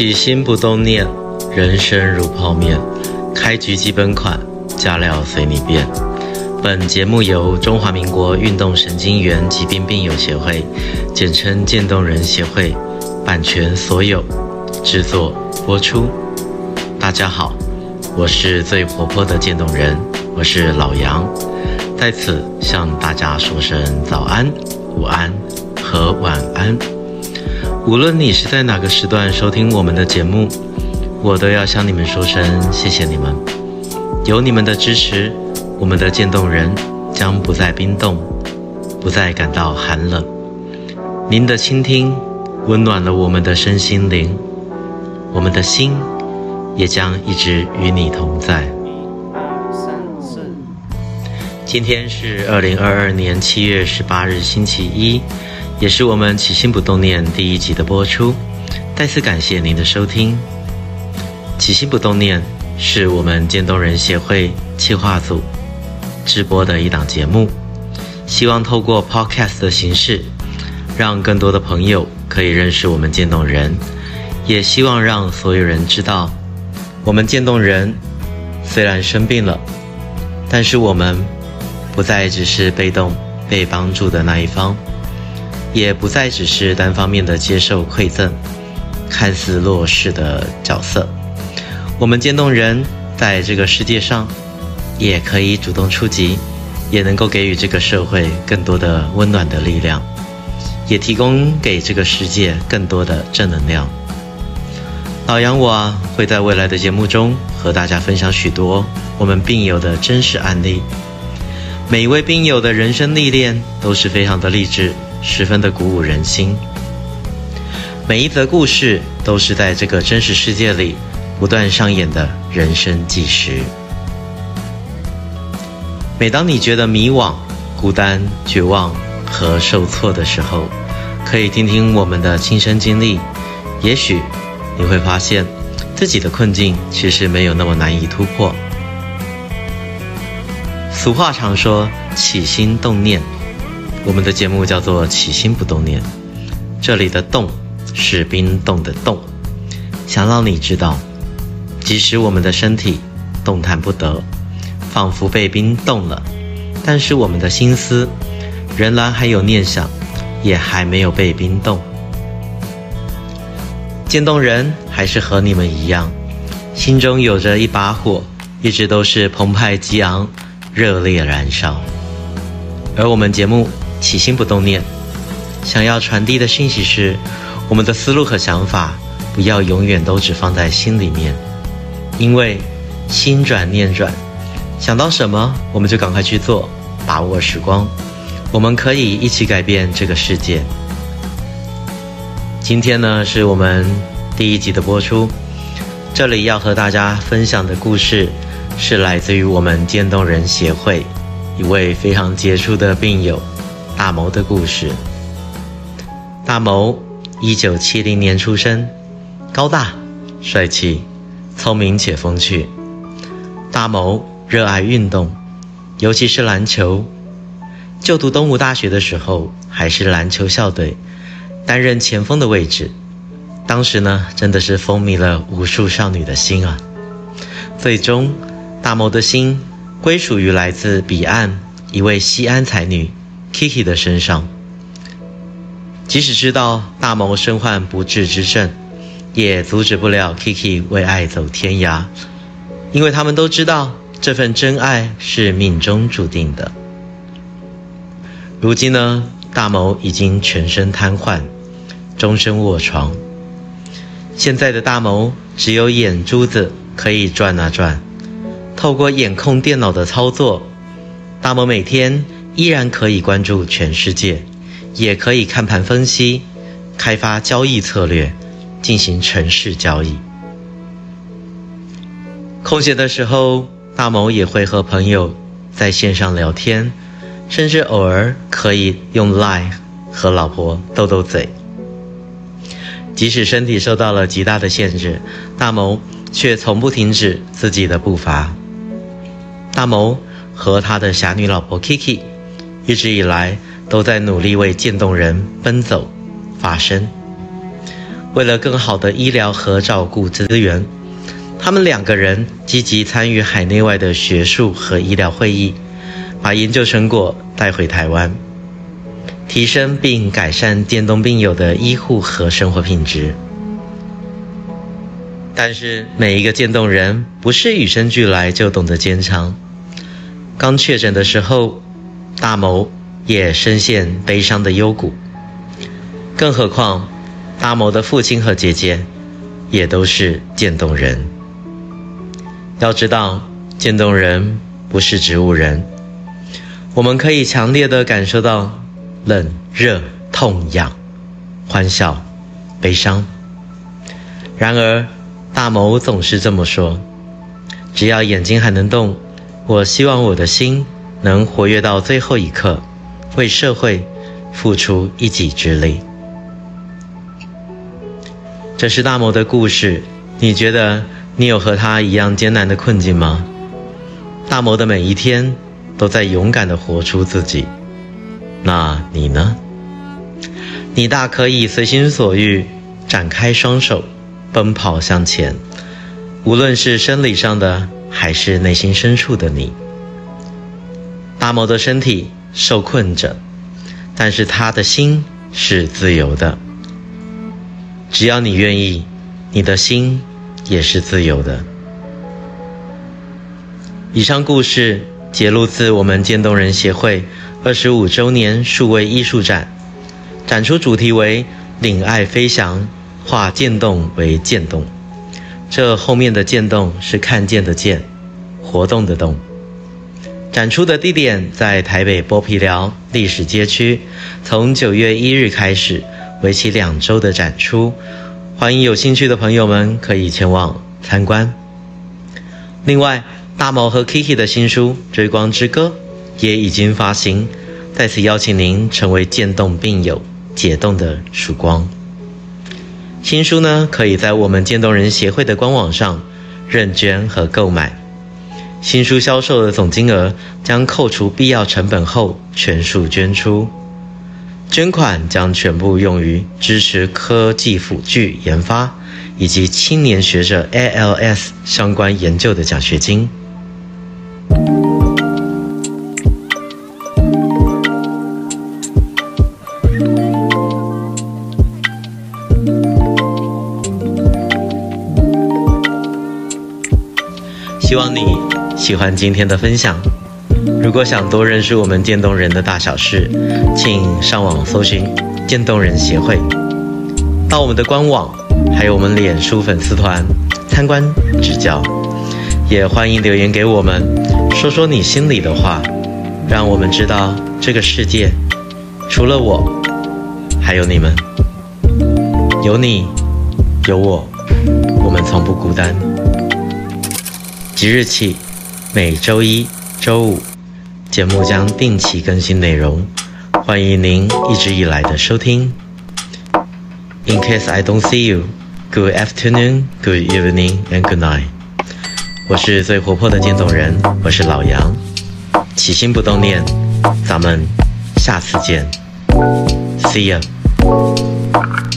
起心不动念，人生如泡面，开局基本款，加料随你便。本节目由中华民国运动神经元疾病病友协会，简称渐冻人协会，版权所有，制作播出。大家好，我是最活泼的渐冻人，我是老杨，在此向大家说声早安、午安和晚安。无论你是在哪个时段收听我们的节目，我都要向你们说声谢谢你们。有你们的支持，我们的渐冻人将不再冰冻，不再感到寒冷。您的倾听温暖了我们的身心灵，我们的心也将一直与你同在。今天是2022年7月18日星期一，也是我们起心不动念第1集的播出。再次感谢您的收听。起心不动念是我们渐冻人协会企划组直播的一档节目，希望透过 podcast 的形式，让更多的朋友可以认识我们渐冻人，也希望让所有人知道，我们渐冻人虽然生病了，但是我们不再只是被动被帮助的那一方，也不再只是单方面的接受馈赠，看似弱势的角色。我们渐冻人在这个世界上也可以主动出击，也能够给予这个社会更多的温暖的力量，也提供给这个世界更多的正能量。老杨我会在未来的节目中和大家分享许多我们病友的真实案例。每一位病友的人生历练都是非常的励志，十分的鼓舞人心。每一则故事都是在这个真实世界里不断上演的人生纪实。每当你觉得迷惘、孤单、绝望和受挫的时候，可以听听我们的亲身经历，也许你会发现自己的困境其实没有那么难以突破。俗话常说起心动念，我们的节目叫做起心不动念，这里的动是冰冻的冻，想让你知道，即使我们的身体动弹不得，仿佛被冰冻了，但是我们的心思仍然还有念想，也还没有被冰冻。渐冻人还是和你们一样，心中有着一把火，一直都是澎湃激昂，热烈燃烧。而我们节目起心不动念，想要传递的讯息是，我们的思路和想法不要永远都只放在心里面，因为心转念转，想到什么我们就赶快去做，把握时光，我们可以一起改变这个世界。今天呢，是我们第1集的播出，这里要和大家分享的故事是来自于我们渐冻人协会一位非常杰出的病友大谋的故事。大谋1970年出生，高大帅气，聪明且风趣。大谋热爱运动，尤其是篮球。就读东吴大学的时候，还是篮球校队，担任前锋的位置。当时呢，真的是风靡了无数少女的心啊。最终，大谋的心归属于来自彼岸一位西安才女 Kiki 的身上。即使知道大谋身患不治之症，也阻止不了 Kiki 为爱走天涯，因为他们都知道这份真爱是命中注定的。如今呢，大谋已经全身瘫痪，终身卧床。现在的大谋只有眼珠子可以转啊转，透过眼控电脑的操作，大谋每天依然可以关注全世界，也可以看盘分析，开发交易策略，进行程式交易。空闲的时候，大谋也会和朋友在线上聊天，甚至偶尔可以用 LINE 和老婆斗斗嘴。即使身体受到了极大的限制，大谋却从不停止自己的步伐。大谋和他的侠女老婆 Kiki 一直以来都在努力为渐冻人奔走发声。 为了更好的医疗和照顾资源，他们2个人积极参与海内外的学术和医疗会议，把研究成果带回台湾，提升并改善渐冻病友的医护和生活品质。但是每一个渐冻人不是与生俱来就懂得坚强。刚确诊的时候，大谋也深陷悲伤的幽谷，更何况大谋的父亲和姐姐也都是渐冻人。要知道，渐冻人不是植物人，我们可以强烈地感受到冷、热、痛、痒、欢笑、悲伤。然而大谋总是这么说，只要眼睛还能动，我希望我的心能活跃到最后一刻，为社会付出一己之力。这是大谋的故事，你觉得你有和他一样艰难的困境吗？大谋的每一天都在勇敢地活出自己，那你呢？你大可以随心所欲，展开双手，奔跑向前，无论是生理上的还是内心深处的你。大谋的身体受困着，但是他的心是自由的。只要你愿意，你的心也是自由的。以上故事节录自我们渐冻人协会25周年数位艺术展，展出主题为领爱飞翔，化渐冻为渐动。这后面的渐动是看见的见，活动的动。展出的地点在台北剥皮寮历史街区，从9月1日开始，为期2周的展出，欢迎有兴趣的朋友们可以前往参观。另外，大谋和 Kiki 的新书《追光之歌》也已经发行，在此邀请您成为渐冻病友解冻的曙光。新书呢，可以在我们渐冻人协会的官网上认捐和购买。新书销售的总金额将扣除必要成本后全数捐出，捐款将全部用于支持科技辅具研发以及青年学者 ALS 相关研究的奖学金。希望你喜欢今天的分享。如果想多认识我们渐冻人的大小事，请上网搜寻渐冻人协会，到我们的官网还有我们脸书粉丝团参观指教。也欢迎留言给我们，说说你心里的话，让我们知道这个世界除了我还有你们，有你有我，我们从不孤单。即日起，每周一、周五，节目将定期更新内容，欢迎您一直以来的收听。In case I don't see you, good afternoon, good evening, and good night. 我是最活泼的渐冻人，我是老杨。起心不动念，咱们下次见。See ya.